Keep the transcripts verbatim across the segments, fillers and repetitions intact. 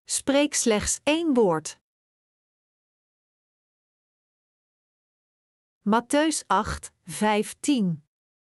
Spreek slechts één woord. Mattheüs acht, vijftien.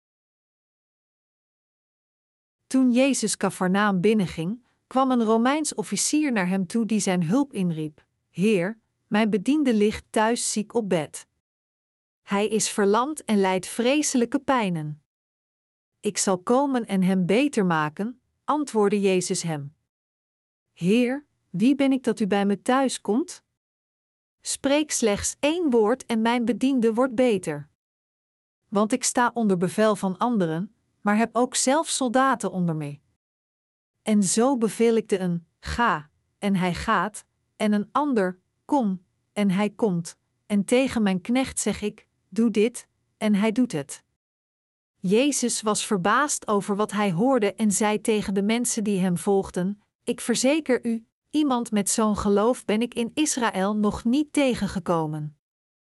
Toen Jezus Kafarnaam binnenging, kwam een Romeins officier naar hem toe die zijn hulp inriep. Heer, mijn bediende ligt thuis ziek op bed. Hij is verlamd en lijdt vreselijke pijnen. Ik zal komen en hem beter maken, antwoordde Jezus hem. Heer, wie ben ik dat u bij me thuis komt? Spreek slechts één woord en mijn bediende wordt beter. Want ik sta onder bevel van anderen, maar heb ook zelf soldaten onder me. En zo beveel ik de een, ga, en hij gaat, en een ander, kom, en hij komt, en tegen mijn knecht zeg ik, doe dit, en hij doet het. Jezus was verbaasd over wat hij hoorde en zei tegen de mensen die hem volgden, ik verzeker u, iemand met zo'n geloof ben ik in Israël nog niet tegengekomen.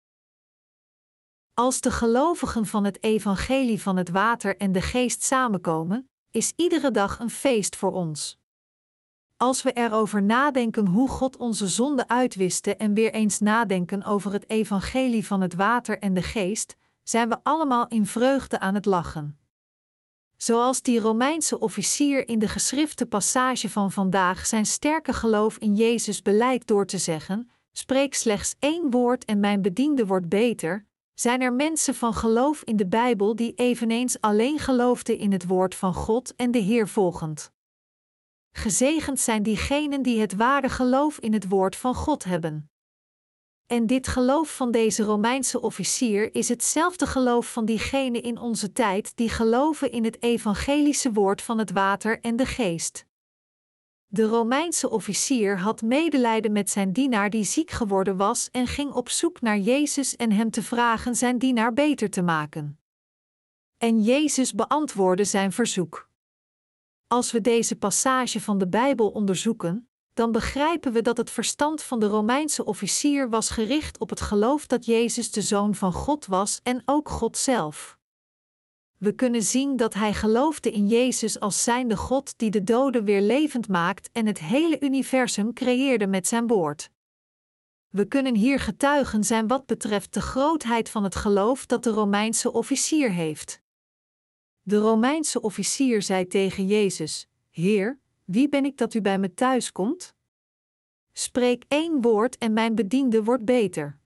Als de gelovigen van het evangelie van het water en de geest samenkomen, is iedere dag een feest voor ons. Als we erover nadenken hoe God onze zonde uitwiste en weer eens nadenken over het evangelie van het water en de geest, zijn we allemaal in vreugde aan het lachen. Zoals die Romeinse officier in de geschrifte passage van vandaag zijn sterke geloof in Jezus belijdt door te zeggen, spreek slechts één woord en mijn bediende wordt beter, zijn er mensen van geloof in de Bijbel die eveneens alleen geloofden in het woord van God en de Heer volgend. Gezegend zijn diegenen die het ware geloof in het woord van God hebben. En dit geloof van deze Romeinse officier is hetzelfde geloof van diegenen in onze tijd die geloven in het evangelische woord van het water en de geest. De Romeinse officier had medelijden met zijn dienaar die ziek geworden was en ging op zoek naar Jezus en hem te vragen zijn dienaar beter te maken. En Jezus beantwoordde zijn verzoek. Als we deze passage van de Bijbel onderzoeken, dan begrijpen we dat het verstand van de Romeinse officier was gericht op het geloof dat Jezus de Zoon van God was en ook God zelf. We kunnen zien dat hij geloofde in Jezus als zijnde God die de doden weer levend maakt en het hele universum creëerde met zijn woord. We kunnen hier getuigen zijn wat betreft de grootheid van het geloof dat de Romeinse officier heeft. De Romeinse officier zei tegen Jezus, Heer, wie ben ik dat u bij me thuis komt? Spreek één woord en mijn bediende wordt beter.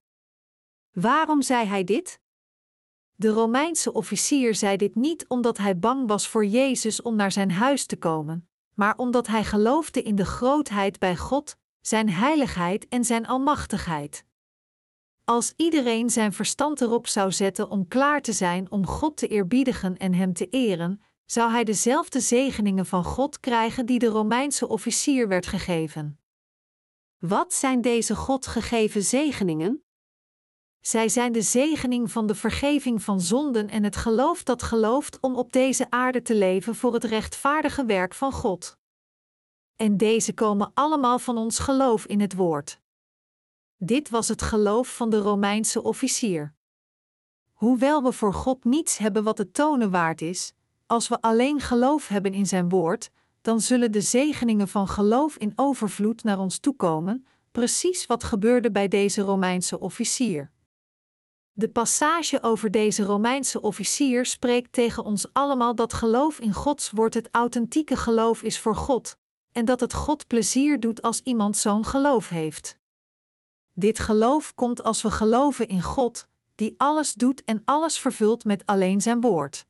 Waarom zei hij dit? De Romeinse officier zei dit niet omdat hij bang was voor Jezus om naar zijn huis te komen, maar omdat hij geloofde in de grootheid bij God, zijn heiligheid en zijn almachtigheid. Als iedereen zijn verstand erop zou zetten om klaar te zijn om God te eerbiedigen en hem te eren, zou hij dezelfde zegeningen van God krijgen die de Romeinse officier werd gegeven. Wat zijn deze God gegeven zegeningen? Zij zijn de zegening van de vergeving van zonden en het geloof dat gelooft om op deze aarde te leven voor het rechtvaardige werk van God. En deze komen allemaal van ons geloof in het woord. Dit was het geloof van de Romeinse officier. Hoewel we voor God niets hebben wat het tonen waard is, als we alleen geloof hebben in zijn woord, dan zullen de zegeningen van geloof in overvloed naar ons toekomen, precies wat gebeurde bij deze Romeinse officier. De passage over deze Romeinse officier spreekt tegen ons allemaal dat geloof in Gods woord het authentieke geloof is voor God, en dat het God plezier doet als iemand zo'n geloof heeft. Dit geloof komt als we geloven in God, die alles doet en alles vervult met alleen zijn woord.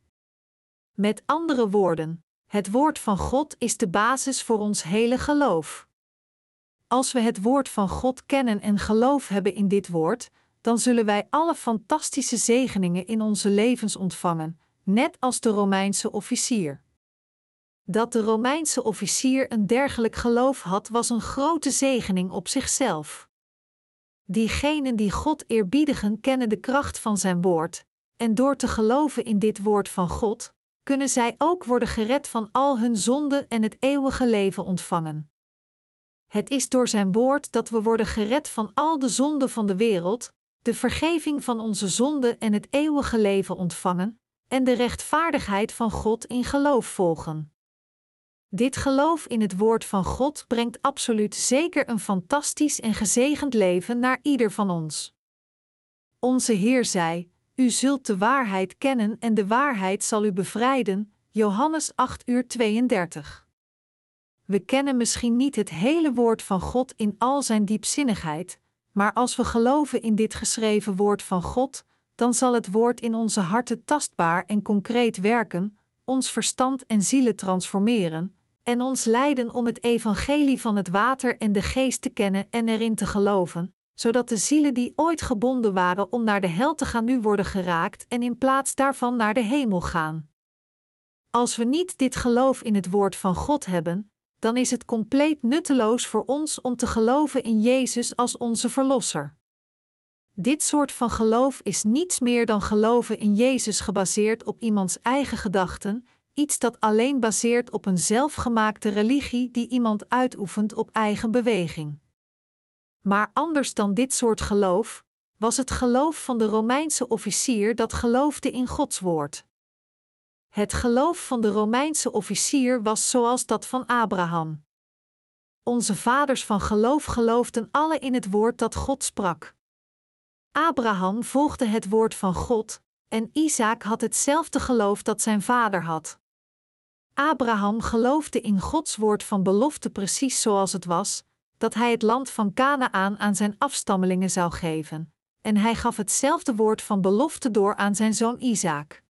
Met andere woorden, het woord van God is de basis voor ons hele geloof. Als we het woord van God kennen en geloof hebben in dit woord, dan zullen wij alle fantastische zegeningen in onze levens ontvangen, net als de Romeinse officier. Dat de Romeinse officier een dergelijk geloof had, was een grote zegening op zichzelf. Diegenen die God eerbiedigen kennen de kracht van zijn woord, en door te geloven in dit woord van God, kunnen zij ook worden gered van al hun zonden en het eeuwige leven ontvangen. Het is door zijn woord dat we worden gered van al de zonden van de wereld, de vergeving van onze zonden en het eeuwige leven ontvangen, en de rechtvaardigheid van God in geloof volgen. Dit geloof in het woord van God brengt absoluut zeker een fantastisch en gezegend leven naar ieder van ons. Onze Heer zei: U zult de waarheid kennen en de waarheid zal u bevrijden. Johannes acht uur tweeëndertig. We kennen misschien niet het hele woord van God in al zijn diepzinnigheid, maar als we geloven in dit geschreven woord van God, dan zal het woord in onze harten tastbaar en concreet werken, ons verstand en zielen transformeren, en ons leiden om het evangelie van het water en de geest te kennen en erin te geloven, zodat de zielen die ooit gebonden waren om naar de hel te gaan nu worden geraakt en in plaats daarvan naar de hemel gaan. Als we niet dit geloof in het woord van God hebben, dan is het compleet nutteloos voor ons om te geloven in Jezus als onze Verlosser. Dit soort van geloof is niets meer dan geloven in Jezus gebaseerd op iemands eigen gedachten, iets dat alleen baseert op een zelfgemaakte religie die iemand uitoefent op eigen beweging. Maar anders dan dit soort geloof, was het geloof van de Romeinse officier dat geloofde in Gods woord. Het geloof van de Romeinse officier was zoals dat van Abraham. Onze vaders van geloof geloofden alle in het woord dat God sprak. Abraham volgde het woord van God, en Isaak had hetzelfde geloof dat zijn vader had. Abraham geloofde in Gods woord van belofte precies zoals het was, dat hij het land van Kanaaan aan zijn afstammelingen zou geven, en hij gaf hetzelfde woord van belofte door aan zijn zoon Isaak.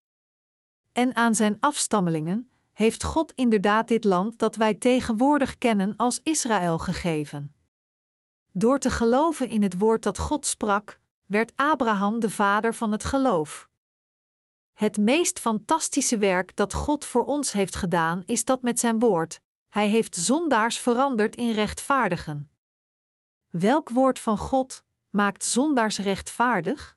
En aan zijn afstammelingen heeft God inderdaad dit land dat wij tegenwoordig kennen als Israël gegeven. Door te geloven in het woord dat God sprak, werd Abraham de vader van het geloof. Het meest fantastische werk dat God voor ons heeft gedaan is dat met zijn woord. Hij heeft zondaars veranderd in rechtvaardigen. Welk woord van God maakt zondaars rechtvaardig?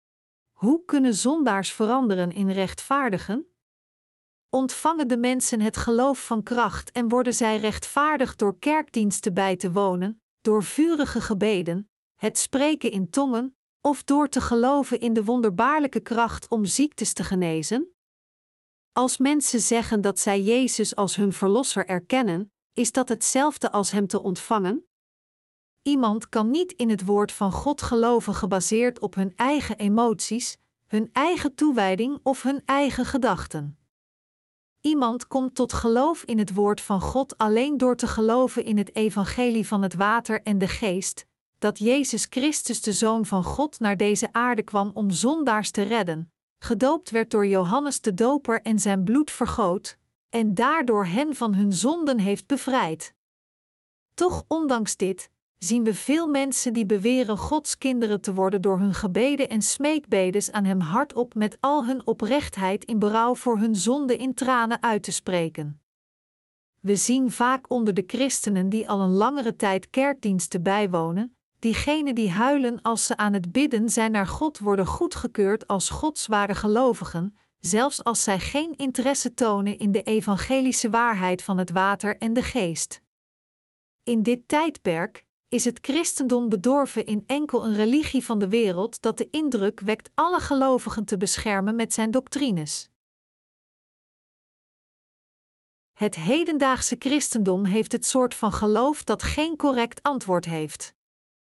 Hoe kunnen zondaars veranderen in rechtvaardigen? Ontvangen de mensen het geloof van kracht en worden zij rechtvaardig door kerkdiensten bij te wonen, door vurige gebeden, het spreken in tongen, of door te geloven in de wonderbaarlijke kracht om ziektes te genezen? Als mensen zeggen dat zij Jezus als hun verlosser erkennen, is dat hetzelfde als hem te ontvangen? Iemand kan niet in het woord van God geloven gebaseerd op hun eigen emoties, hun eigen toewijding of hun eigen gedachten. Iemand komt tot geloof in het woord van God alleen door te geloven in het evangelie van het water en de geest, dat Jezus Christus de Zoon van God naar deze aarde kwam om zondaars te redden, gedoopt werd door Johannes de Doper en zijn bloed vergoot, en daardoor hen van hun zonden heeft bevrijd. Toch ondanks dit, zien we veel mensen die beweren Gods kinderen te worden door hun gebeden en smeekbedes aan hem hardop met al hun oprechtheid in berouw voor hun zonde in tranen uit te spreken. We zien vaak onder de christenen die al een langere tijd kerkdiensten bijwonen, diegenen die huilen als ze aan het bidden zijn naar God worden goedgekeurd als Gods ware gelovigen, zelfs als zij geen interesse tonen in de evangelische waarheid van het water en de geest. In dit tijdperk is het christendom bedorven in enkel een religie van de wereld dat de indruk wekt alle gelovigen te beschermen met zijn doctrines. Het hedendaagse christendom heeft het soort van geloof dat geen correct antwoord heeft.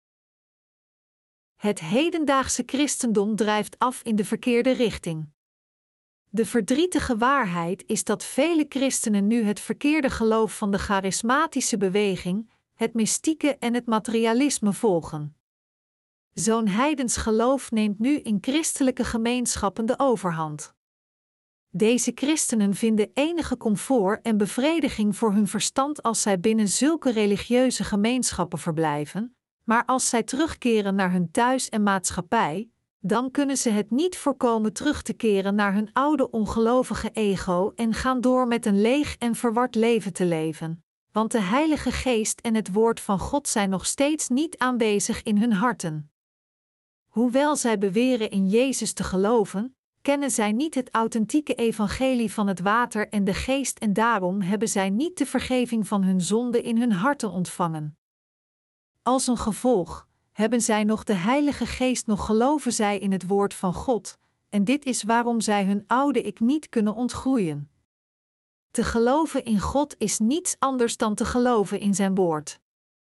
Het hedendaagse christendom drijft af in de verkeerde richting. De verdrietige waarheid is dat vele christenen nu het verkeerde geloof van de charismatische beweging, het mystieke en het materialisme volgen. Zo'n heidens geloof neemt nu in christelijke gemeenschappen de overhand. Deze christenen vinden enige comfort en bevrediging voor hun verstand als zij binnen zulke religieuze gemeenschappen verblijven, maar als zij terugkeren naar hun thuis en maatschappij, dan kunnen ze het niet voorkomen terug te keren naar hun oude ongelovige ego en gaan door met een leeg en verward leven te leven, want de Heilige Geest en het woord van God zijn nog steeds niet aanwezig in hun harten. Hoewel zij beweren in Jezus te geloven, kennen zij niet het authentieke evangelie van het water en de geest en daarom hebben zij niet de vergeving van hun zonde in hun harten ontvangen. Als een gevolg hebben zij nog de Heilige Geest, nog geloven zij in het woord van God, en dit is waarom zij hun oude ik niet kunnen ontgroeien. Te geloven in God is niets anders dan te geloven in zijn woord.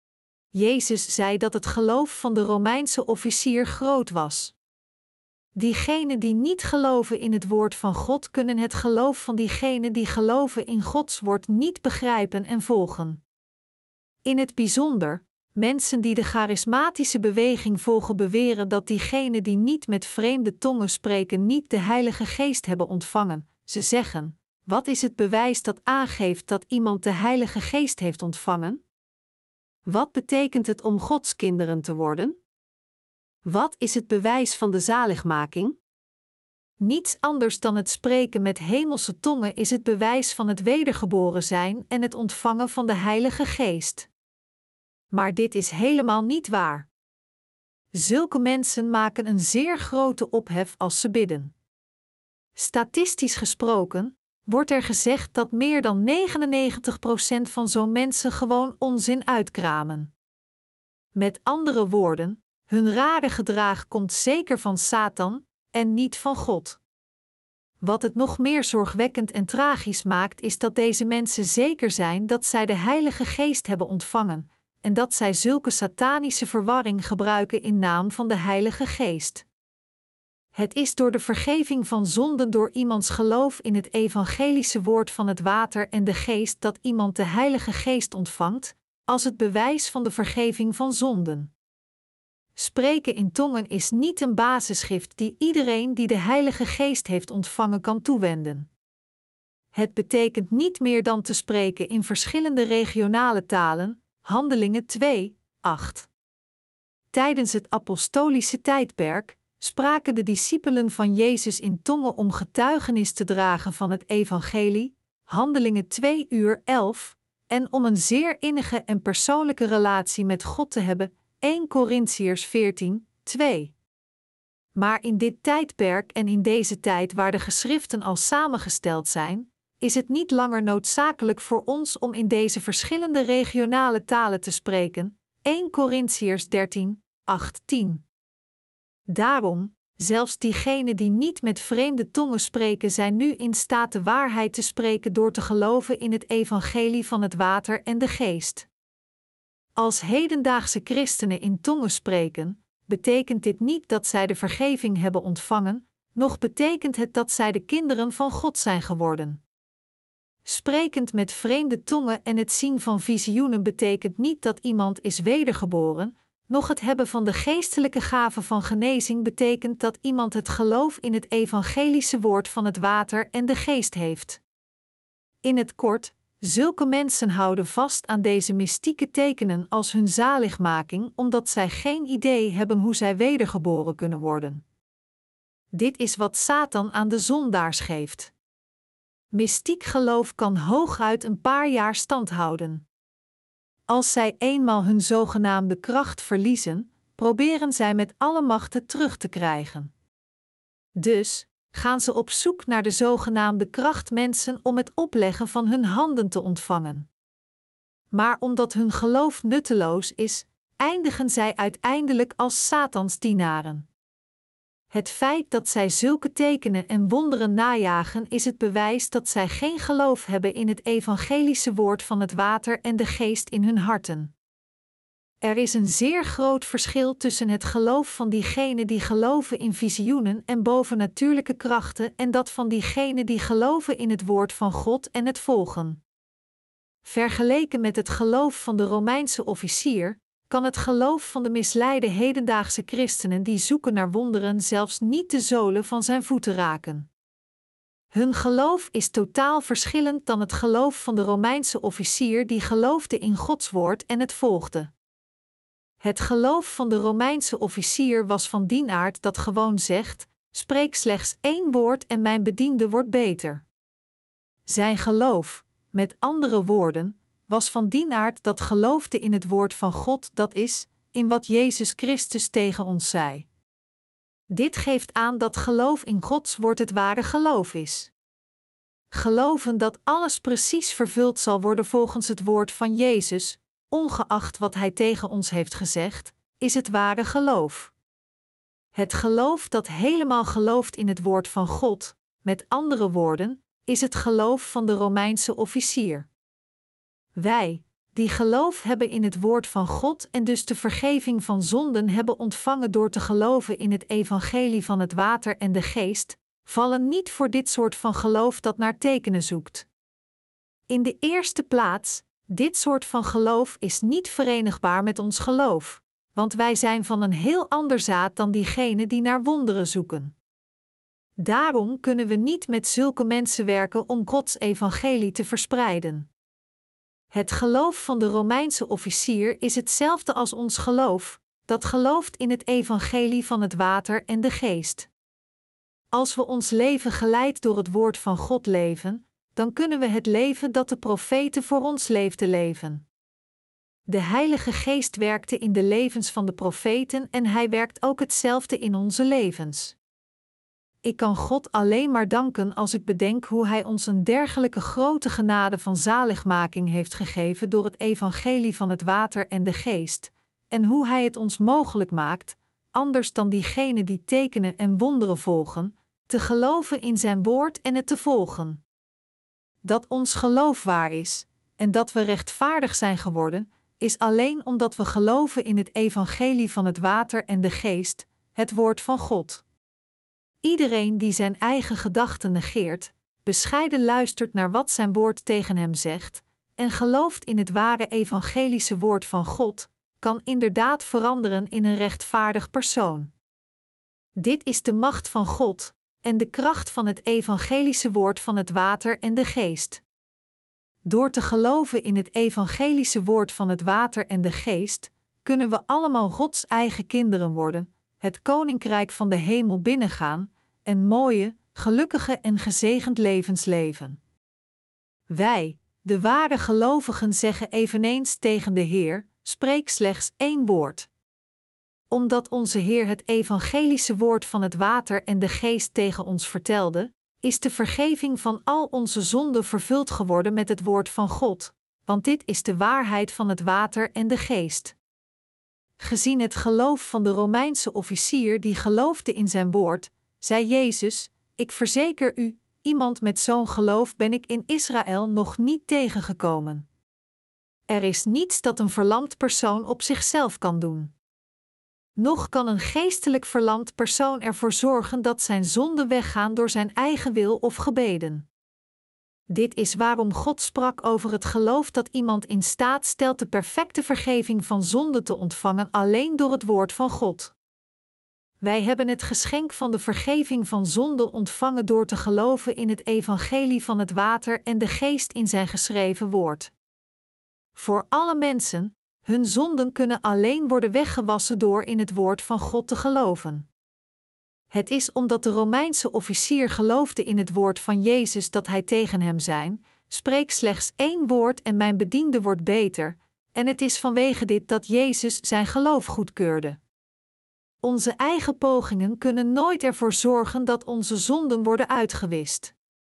Jezus zei dat het geloof van de Romeinse officier groot was. Diegenen die niet geloven in het woord van God kunnen het geloof van diegenen die geloven in Gods woord niet begrijpen en volgen. In het bijzonder, mensen die de charismatische beweging volgen beweren dat diegenen die niet met vreemde tongen spreken niet de Heilige Geest hebben ontvangen. Ze zeggen: wat is het bewijs dat aangeeft dat iemand de Heilige Geest heeft ontvangen? Wat betekent het om Gods kinderen te worden? Wat is het bewijs van de zaligmaking? Niets anders dan het spreken met hemelse tongen is het bewijs van het wedergeboren zijn en het ontvangen van de Heilige Geest. Maar dit is helemaal niet waar. Zulke mensen maken een zeer grote ophef als ze bidden. Statistisch gesproken wordt er gezegd dat meer dan negenennegentig procent van zo'n mensen gewoon onzin uitkramen. Met andere woorden, hun rare gedrag komt zeker van Satan en niet van God. Wat het nog meer zorgwekkend en tragisch maakt is dat deze mensen zeker zijn dat zij de Heilige Geest hebben ontvangen en dat zij zulke satanische verwarring gebruiken in naam van de Heilige Geest. Het is door de vergeving van zonden door iemands geloof in het evangelische woord van het water en de geest dat iemand de Heilige Geest ontvangt, als het bewijs van de vergeving van zonden. Spreken in tongen is niet een basisgift die iedereen die de Heilige Geest heeft ontvangen kan toewenden. Het betekent niet meer dan te spreken in verschillende regionale talen, Handelingen twee, acht. Tijdens het apostolische tijdperk spraken de discipelen van Jezus in tongen om getuigenis te dragen van het evangelie, Handelingen twee uur elf, en om een zeer innige en persoonlijke relatie met God te hebben, eerste Korintiërs veertien, twee. Maar in dit tijdperk en in deze tijd waar de geschriften al samengesteld zijn, is het niet langer noodzakelijk voor ons om in deze verschillende regionale talen te spreken, eerste Korintiërs dertien, acht, tien. Daarom, zelfs diegenen die niet met vreemde tongen spreken zijn nu in staat de waarheid te spreken door te geloven in het evangelie van het water en de geest. Als hedendaagse christenen in tongen spreken, betekent dit niet dat zij de vergeving hebben ontvangen, noch betekent het dat zij de kinderen van God zijn geworden. Sprekend met vreemde tongen en het zien van visioenen betekent niet dat iemand is wedergeboren, noch het hebben van de geestelijke gave van genezing betekent dat iemand het geloof in het evangelische woord van het water en de geest heeft. In het kort, zulke mensen houden vast aan deze mystieke tekenen als hun zaligmaking omdat zij geen idee hebben hoe zij wedergeboren kunnen worden. Dit is wat Satan aan de zondaars geeft. Mystiek geloof kan hooguit een paar jaar stand houden. Als zij eenmaal hun zogenaamde kracht verliezen, proberen zij met alle macht het terug te krijgen. Dus gaan ze op zoek naar de zogenaamde krachtmensen om het opleggen van hun handen te ontvangen. Maar omdat hun geloof nutteloos is, eindigen zij uiteindelijk als Satans dienaren. Het feit dat zij zulke tekenen en wonderen najagen is het bewijs dat zij geen geloof hebben in het evangelische woord van het water en de geest in hun harten. Er is een zeer groot verschil tussen het geloof van diegenen die geloven in visioenen en bovennatuurlijke krachten en dat van diegenen die geloven in het woord van God en het volgen. Vergeleken met het geloof van de Romeinse officier, kan het geloof van de misleide hedendaagse christenen die zoeken naar wonderen zelfs niet de zolen van zijn voeten raken. Hun geloof is totaal verschillend dan het geloof van de Romeinse officier die geloofde in Gods woord en het volgde. Het geloof van de Romeinse officier was van dien aard dat gewoon zegt: spreek slechts één woord en mijn bediende wordt beter. Zijn geloof, met andere woorden, was van dien aard dat geloofde in het woord van God, dat is, in wat Jezus Christus tegen ons zei. Dit geeft aan dat geloof in Gods woord het ware geloof is. Geloven dat alles precies vervuld zal worden volgens het woord van Jezus, ongeacht wat Hij tegen ons heeft gezegd, is het ware geloof. Het geloof dat helemaal gelooft in het woord van God, met andere woorden, is het geloof van de Romeinse officier. Wij, die geloof hebben in het woord van God en dus de vergeving van zonden hebben ontvangen door te geloven in het evangelie van het water en de geest, vallen niet voor dit soort van geloof dat naar tekenen zoekt. In de eerste plaats, dit soort van geloof is niet verenigbaar met ons geloof, want wij zijn van een heel ander zaad dan diegenen die naar wonderen zoeken. Daarom kunnen we niet met zulke mensen werken om Gods evangelie te verspreiden. Het geloof van de Romeinse officier is hetzelfde als ons geloof, dat gelooft in het evangelie van het water en de geest. Als we ons leven geleid door het woord van God leven, dan kunnen we het leven dat de profeten voor ons leefden leven. De Heilige Geest werkte in de levens van de profeten en Hij werkt ook hetzelfde in onze levens. Ik kan God alleen maar danken als ik bedenk hoe Hij ons een dergelijke grote genade van zaligmaking heeft gegeven door het evangelie van het water en de geest, en hoe Hij het ons mogelijk maakt, anders dan diegenen die tekenen en wonderen volgen, te geloven in Zijn woord en het te volgen. Dat ons geloof waar is, en dat we rechtvaardig zijn geworden, is alleen omdat we geloven in het evangelie van het water en de geest, het woord van God. Iedereen die zijn eigen gedachten negeert, bescheiden luistert naar wat zijn woord tegen hem zegt, en gelooft in het ware evangelische woord van God, kan inderdaad veranderen in een rechtvaardig persoon. Dit is de macht van God en de kracht van het evangelische woord van het water en de geest. Door te geloven in het evangelische woord van het water en de geest, kunnen we allemaal Gods eigen kinderen worden, het koninkrijk van de hemel binnengaan en mooie, gelukkige en gezegend levens leven. Wij, de ware gelovigen, zeggen eveneens tegen de Heer: spreek slechts één woord. Omdat onze Heer het evangelische woord van het water en de geest tegen ons vertelde, is de vergeving van al onze zonden vervuld geworden met het woord van God, want dit is de waarheid van het water en de geest. Gezien het geloof van de Romeinse officier die geloofde in zijn woord, zei Jezus: ik verzeker u, iemand met zo'n geloof ben ik in Israël nog niet tegengekomen. Er is niets dat een verlamd persoon op zichzelf kan doen. Nog kan een geestelijk verlamd persoon ervoor zorgen dat zijn zonden weggaan door zijn eigen wil of gebeden. Dit is waarom God sprak over het geloof dat iemand in staat stelt de perfecte vergeving van zonden te ontvangen alleen door het woord van God. Wij hebben het geschenk van de vergeving van zonden ontvangen door te geloven in het evangelie van het water en de geest in zijn geschreven woord. Voor alle mensen, hun zonden kunnen alleen worden weggewassen door in het woord van God te geloven. Het is omdat de Romeinse officier geloofde in het woord van Jezus dat hij tegen hem zei: spreek slechts één woord en mijn bediende wordt beter, en het is vanwege dit dat Jezus zijn geloof goedkeurde. Onze eigen pogingen kunnen nooit ervoor zorgen dat onze zonden worden uitgewist.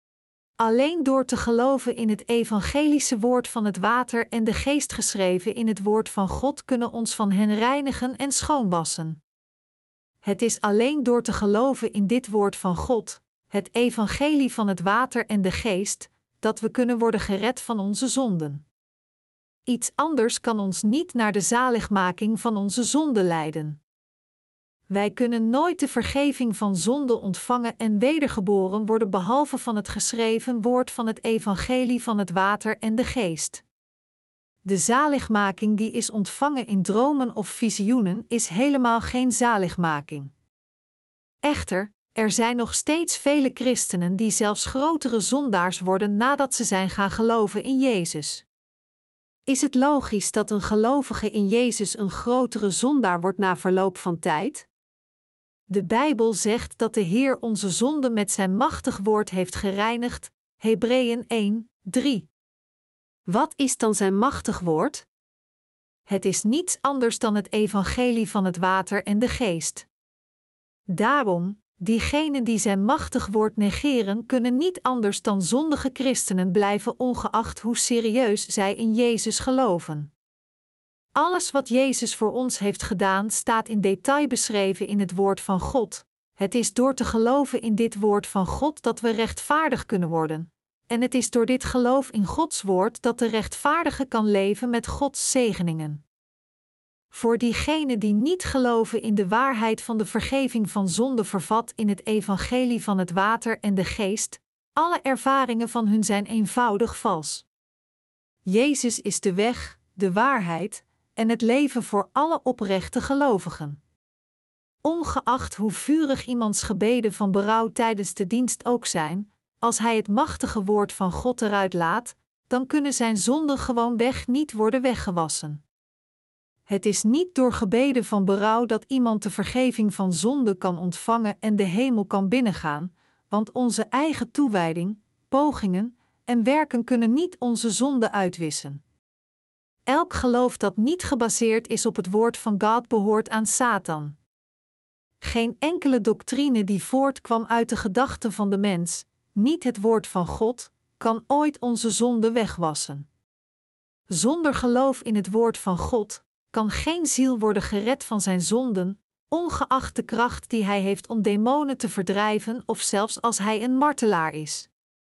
Alleen door te geloven in het evangelische woord van het water en de geest geschreven in het woord van God kunnen ons van hen reinigen en schoonwassen. Het is alleen door te geloven in dit woord van God, het evangelie van het water en de geest, dat we kunnen worden gered van onze zonden. Iets anders kan ons niet naar de zaligmaking van onze zonden leiden. Wij kunnen nooit de vergeving van zonden ontvangen en wedergeboren worden behalve van het geschreven woord van het evangelie van het water en de geest. De zaligmaking die is ontvangen in dromen of visioenen is helemaal geen zaligmaking. Echter, er zijn nog steeds vele christenen die zelfs grotere zondaars worden nadat ze zijn gaan geloven in Jezus. Is het logisch dat een gelovige in Jezus een grotere zondaar wordt na verloop van tijd? De Bijbel zegt dat de Heer onze zonden met zijn machtig woord heeft gereinigd, Hebreeën één, drie. Wat is dan zijn machtig woord? Het is niets anders dan het evangelie van het water en de geest. Daarom, diegenen die zijn machtig woord negeren, kunnen niet anders dan zondige christenen blijven, ongeacht hoe serieus zij in Jezus geloven. Alles wat Jezus voor ons heeft gedaan staat in detail beschreven in het woord van God. Het is door te geloven in dit woord van God dat we rechtvaardig kunnen worden, en het is door dit geloof in Gods woord dat de rechtvaardige kan leven met Gods zegeningen. Voor diegenen die niet geloven in de waarheid van de vergeving van zonde vervat in het evangelie van het water en de geest, alle ervaringen van hun zijn eenvoudig vals. Jezus is de weg, de waarheid en het leven voor alle oprechte gelovigen. Ongeacht hoe vurig iemands gebeden van berouw tijdens de dienst ook zijn, als hij het machtige woord van God eruit laat, dan kunnen zijn zonden gewoonweg niet worden weggewassen. Het is niet door gebeden van berouw dat iemand de vergeving van zonde kan ontvangen en de hemel kan binnengaan, want onze eigen toewijding, pogingen en werken kunnen niet onze zonde uitwissen. Elk geloof dat niet gebaseerd is op het woord van God behoort aan Satan. Geen enkele doctrine die voortkwam uit de gedachten van de mens, niet het woord van God, kan ooit onze zonde wegwassen. Zonder geloof in het woord van God kan geen ziel worden gered van zijn zonden, ongeacht de kracht die hij heeft om demonen te verdrijven of zelfs als hij een martelaar is.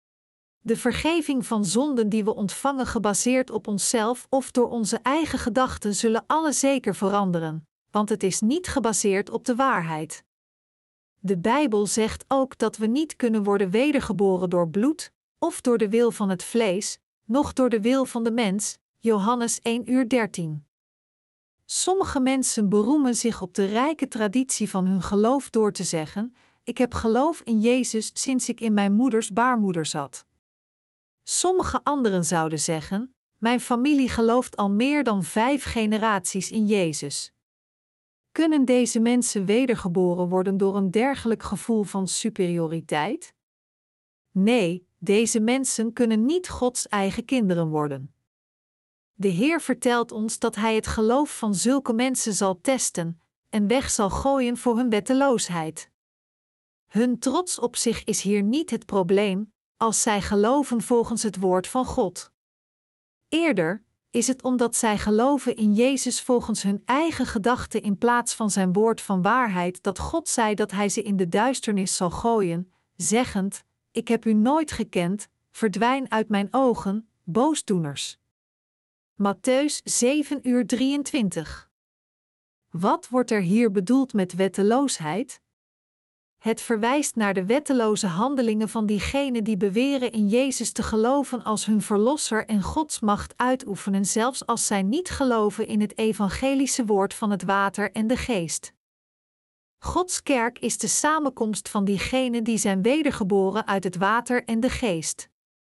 De vergeving van zonden die we ontvangen gebaseerd op onszelf of door onze eigen gedachten zullen alle zeker veranderen, want het is niet gebaseerd op de waarheid. De Bijbel zegt ook dat we niet kunnen worden wedergeboren door bloed, of door de wil van het vlees, noch door de wil van de mens, Johannes één uur dertien. Sommige mensen beroemen zich op de rijke traditie van hun geloof door te zeggen: ik heb geloof in Jezus sinds ik in mijn moeders baarmoeder zat. Sommige anderen zouden zeggen: mijn familie gelooft al meer dan vijf generaties in Jezus. Kunnen deze mensen wedergeboren worden door een dergelijk gevoel van superioriteit? Nee, deze mensen kunnen niet Gods eigen kinderen worden. De Heer vertelt ons dat Hij het geloof van zulke mensen zal testen en weg zal gooien voor hun wetteloosheid. Hun trots op zich is hier niet het probleem, als zij geloven volgens het woord van God. Eerder is het omdat zij geloven in Jezus volgens hun eigen gedachten in plaats van zijn woord van waarheid dat God zei dat Hij ze in de duisternis zal gooien, zeggend: ik heb u nooit gekend, verdwijn uit mijn ogen, boosdoeners. Mattheüs zeven uur drieëntwintig. Wat wordt er hier bedoeld met wetteloosheid? Het verwijst naar de wetteloze handelingen van diegenen die beweren in Jezus te geloven als hun verlosser en Gods macht uitoefenen, zelfs als zij niet geloven in het evangelische woord van het water en de geest. Gods kerk is de samenkomst van diegenen die zijn wedergeboren uit het water en de geest.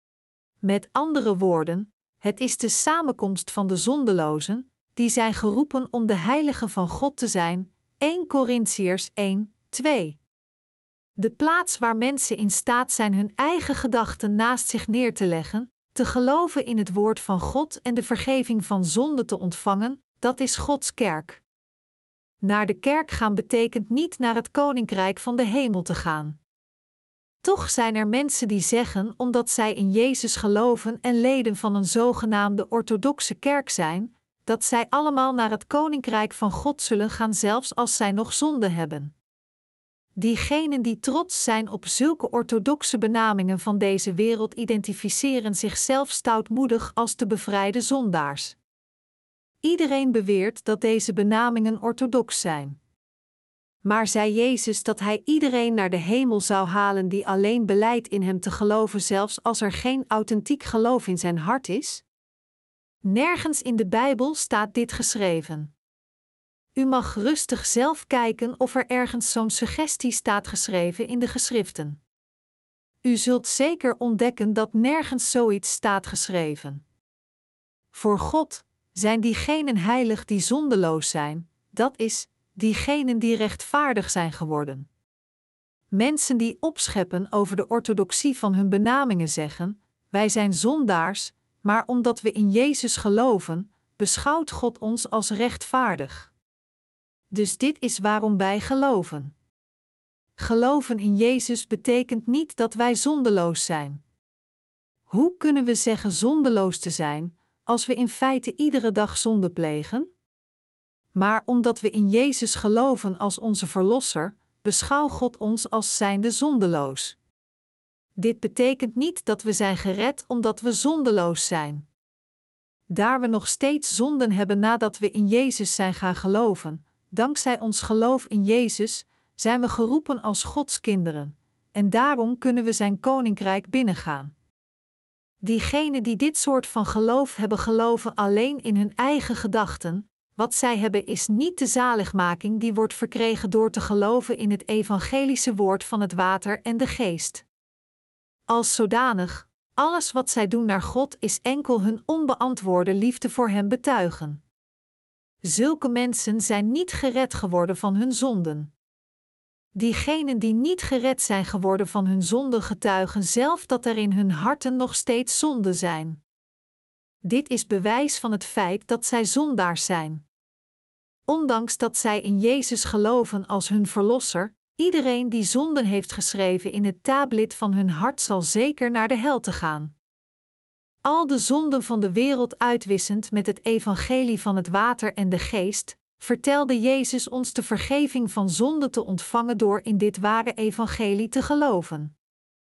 Met andere woorden, het is de samenkomst van de zondelozen, die zijn geroepen om de heiligen van God te zijn, eerste Korintiërs één, twee. De plaats waar mensen in staat zijn hun eigen gedachten naast zich neer te leggen, te geloven in het woord van God en de vergeving van zonde te ontvangen, dat is Gods kerk. Naar de kerk gaan betekent niet naar het koninkrijk van de hemel te gaan. Toch zijn er mensen die zeggen, omdat zij in Jezus geloven en leden van een zogenaamde orthodoxe kerk zijn, dat zij allemaal naar het koninkrijk van God zullen gaan zelfs als zij nog zonde hebben. Diegenen die trots zijn op zulke orthodoxe benamingen van deze wereld identificeren zichzelf stoutmoedig als de bevrijde zondaars. Iedereen beweert dat deze benamingen orthodox zijn. Maar zei Jezus dat Hij iedereen naar de hemel zou halen die alleen belijdt in Hem te geloven, zelfs als er geen authentiek geloof in zijn hart is? Nergens in de Bijbel staat dit geschreven. U mag rustig zelf kijken of er ergens zo'n suggestie staat geschreven in de geschriften. U zult zeker ontdekken dat nergens zoiets staat geschreven. Voor God zijn diegenen heilig die zondeloos zijn, dat is, diegenen die rechtvaardig zijn geworden. Mensen die opscheppen over de orthodoxie van hun benamingen zeggen: wij zijn zondaars, maar omdat we in Jezus geloven, beschouwt God ons als rechtvaardig. Dus dit is waarom wij geloven. Geloven in Jezus betekent niet dat wij zondeloos zijn. Hoe kunnen we zeggen zondeloos te zijn, als we in feite iedere dag zonde plegen? Maar omdat we in Jezus geloven als onze Verlosser, beschouwt God ons als zijnde zondeloos. Dit betekent niet dat we zijn gered omdat we zondeloos zijn. Daar we nog steeds zonden hebben nadat we in Jezus zijn gaan geloven, dankzij ons geloof in Jezus, zijn we geroepen als Gods kinderen, en daarom kunnen we zijn koninkrijk binnengaan. Diegenen die dit soort van geloof hebben geloven alleen in hun eigen gedachten. Wat zij hebben is niet de zaligmaking die wordt verkregen door te geloven in het evangelische woord van het water en de geest. Als zodanig, alles wat zij doen naar God is enkel hun onbeantwoorde liefde voor Hem betuigen. Zulke mensen zijn niet gered geworden van hun zonden. Diegenen die niet gered zijn geworden van hun zonden getuigen zelf dat er in hun harten nog steeds zonden zijn. Dit is bewijs van het feit dat zij zondaars zijn. Ondanks dat zij in Jezus geloven als hun verlosser, iedereen die zonden heeft geschreven in het tablet van hun hart zal zeker naar de hel te gaan. Al de zonden van de wereld uitwissend met het evangelie van het water en de geest, vertelde Jezus ons de vergeving van zonden te ontvangen door in dit ware evangelie te geloven.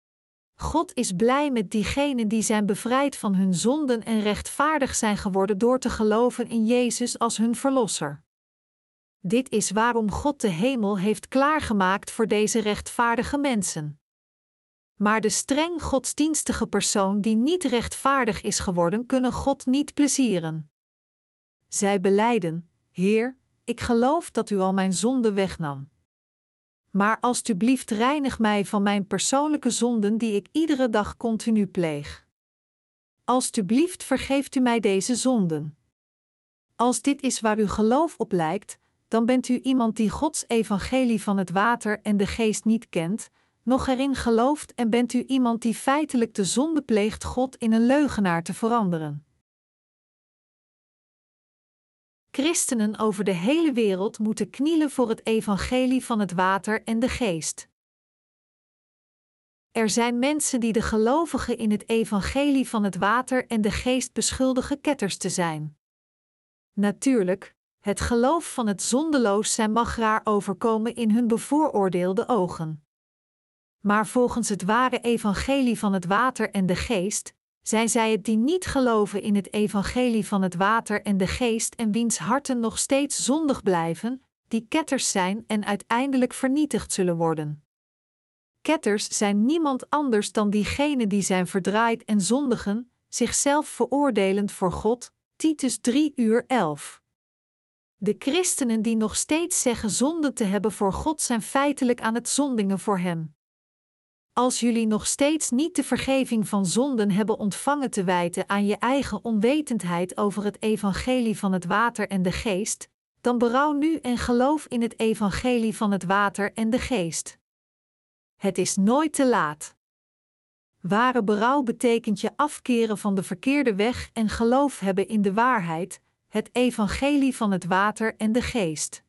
God is blij met diegenen die zijn bevrijd van hun zonden en rechtvaardig zijn geworden door te geloven in Jezus als hun verlosser. Dit is waarom God de hemel heeft klaargemaakt voor deze rechtvaardige mensen. Maar de streng godsdienstige persoon die niet rechtvaardig is geworden, kunnen God niet plezieren. Zij belijden: Heer, ik geloof dat u al mijn zonden wegnam. Maar alstublieft reinig mij van mijn persoonlijke zonden die ik iedere dag continu pleeg. Alstublieft vergeeft u mij deze zonden. Als dit is waar uw geloof op lijkt, dan bent u iemand die Gods evangelie van het water en de geest niet kent, noch erin gelooft en bent u iemand die feitelijk de zonde pleegt God in een leugenaar te veranderen. Christenen over de hele wereld moeten knielen voor het evangelie van het water en de geest. Er zijn mensen die de gelovigen in het evangelie van het water en de geest beschuldigen ketters te zijn. Natuurlijk, het geloof van het zondeloos zijn mag raar overkomen in hun bevooroordeelde ogen. Maar volgens het ware evangelie van het water en de geest, zijn zij het die niet geloven in het evangelie van het water en de geest en wiens harten nog steeds zondig blijven, die ketters zijn en uiteindelijk vernietigd zullen worden. Ketters zijn niemand anders dan diegenen die zijn verdraaid en zondigen, zichzelf veroordelend voor God, Titus drie uur elf. De christenen die nog steeds zeggen zonde te hebben voor God zijn feitelijk aan het zondingen voor Hem. Als jullie nog steeds niet de vergeving van zonden hebben ontvangen te wijten aan je eigen onwetendheid over het evangelie van het water en de geest, dan berouw nu en geloof in het evangelie van het water en de geest. Het is nooit te laat. Ware berouw betekent je afkeren van de verkeerde weg en geloof hebben in de waarheid, het evangelie van het water en de geest.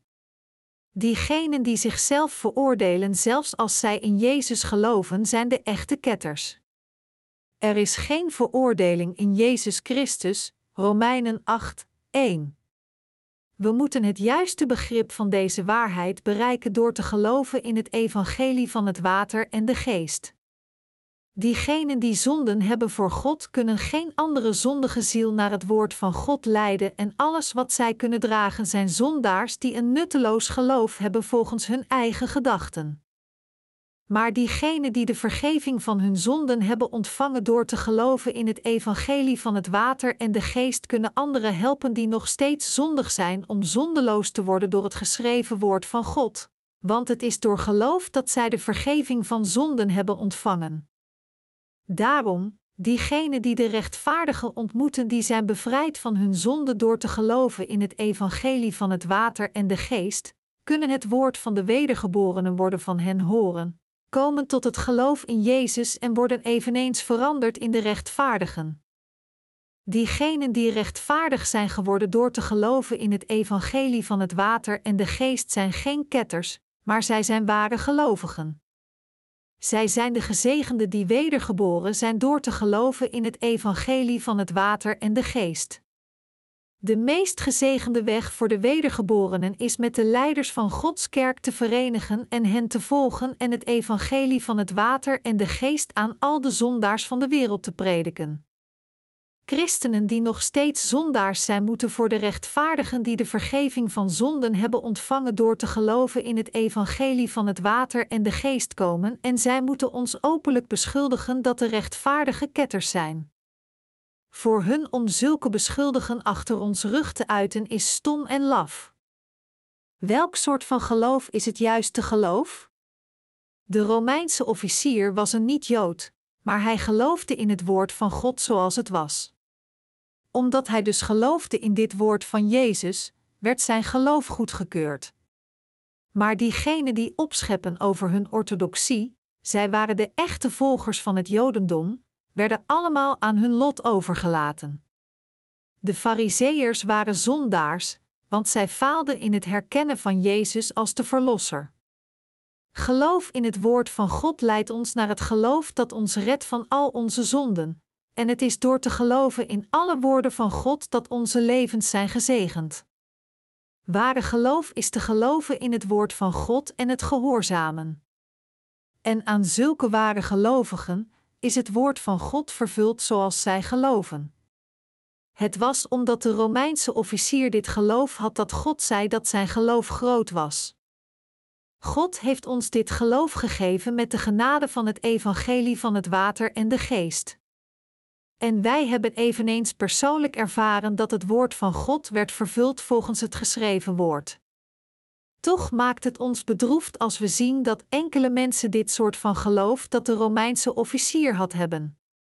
Diegenen die zichzelf veroordelen zelfs als zij in Jezus geloven, zijn de echte ketters. Er is geen veroordeling in Jezus Christus, Romeinen acht één. We moeten het juiste begrip van deze waarheid bereiken door te geloven in het evangelie van het water en de geest. Diegenen die zonden hebben voor God kunnen geen andere zondige ziel naar het woord van God leiden en alles wat zij kunnen dragen zijn zondaars die een nutteloos geloof hebben volgens hun eigen gedachten. Maar diegenen die de vergeving van hun zonden hebben ontvangen door te geloven in het evangelie van het water en de geest kunnen anderen helpen die nog steeds zondig zijn om zondeloos te worden door het geschreven woord van God, want het is door geloof dat zij de vergeving van zonden hebben ontvangen. Daarom, diegenen die de rechtvaardigen ontmoeten die zijn bevrijd van hun zonde door te geloven in het evangelie van het water en de geest, kunnen het woord van de wedergeborenen worden van hen horen, komen tot het geloof in Jezus en worden eveneens veranderd in de rechtvaardigen. Diegenen die rechtvaardig zijn geworden door te geloven in het evangelie van het water en de geest zijn geen ketters, maar zij zijn ware gelovigen. Zij zijn de gezegenden die wedergeboren zijn door te geloven in het evangelie van het water en de geest. De meest gezegende weg voor de wedergeborenen is met de leiders van Gods kerk te verenigen en hen te volgen en het evangelie van het water en de geest aan al de zondaars van de wereld te prediken. Christenen die nog steeds zondaars zijn, moeten voor de rechtvaardigen die de vergeving van zonden hebben ontvangen door te geloven in het evangelie van het water en de geest komen, en zij moeten ons openlijk beschuldigen dat de rechtvaardigen ketters zijn. Voor hun om zulke beschuldigen achter ons rug te uiten is stom en laf. Welk soort van geloof is het juiste geloof? De Romeinse officier was een niet-Jood, maar hij geloofde in het woord van God zoals het was. Omdat hij dus geloofde in dit woord van Jezus, werd zijn geloof goedgekeurd. Maar diegenen die opscheppen over hun orthodoxie, zij waren de echte volgers van het Jodendom, werden allemaal aan hun lot overgelaten. De Farizeeërs waren zondaars, want zij faalden in het herkennen van Jezus als de Verlosser. Geloof in het woord van God leidt ons naar het geloof dat ons redt van al onze zonden, en het is door te geloven in alle woorden van God dat onze levens zijn gezegend. Ware geloof is te geloven in het woord van God en het gehoorzamen. En aan zulke ware gelovigen is het woord van God vervuld zoals zij geloven. Het was omdat de Romeinse officier dit geloof had dat God zei dat zijn geloof groot was. God heeft ons dit geloof gegeven met de genade van het evangelie van het water en de geest. En wij hebben eveneens persoonlijk ervaren dat het woord van God werd vervuld volgens het geschreven woord. Toch maakt het ons bedroefd als we zien dat enkele mensen dit soort van geloof dat de Romeinse officier had hebben.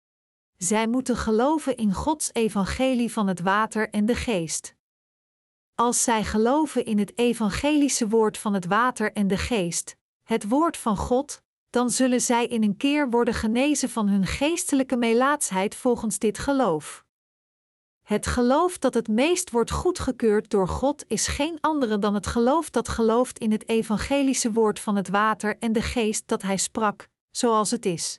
Zij moeten geloven in Gods evangelie van het water en de geest. Als zij geloven in het evangelische woord van het water en de geest, het woord van God, dan zullen zij in een keer worden genezen van hun geestelijke melaatsheid volgens dit geloof. Het geloof dat het meest wordt goedgekeurd door God is geen andere dan het geloof dat gelooft in het evangelische woord van het water en de geest dat hij sprak, zoals het is.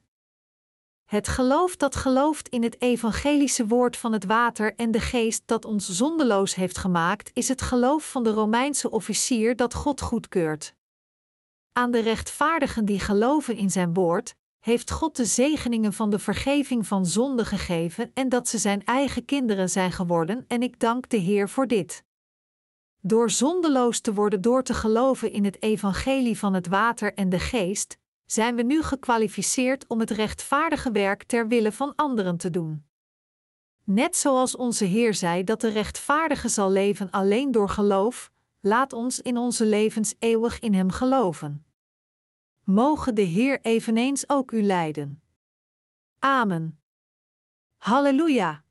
Het geloof dat gelooft in het evangelische woord van het water en de geest dat ons zondeloos heeft gemaakt, is het geloof van de Romeinse officier dat God goedkeurt. Aan de rechtvaardigen die geloven in zijn woord, heeft God de zegeningen van de vergeving van zonde gegeven en dat ze zijn eigen kinderen zijn geworden, en ik dank de Heer voor dit. Door zondeloos te worden door te geloven in het evangelie van het water en de geest, zijn we nu gekwalificeerd om het rechtvaardige werk ter wille van anderen te doen. Net zoals onze Heer zei dat de rechtvaardige zal leven alleen door geloof, laat ons in onze levens eeuwig in hem geloven. Moge de Heer eveneens ook u leiden. Amen. Halleluja!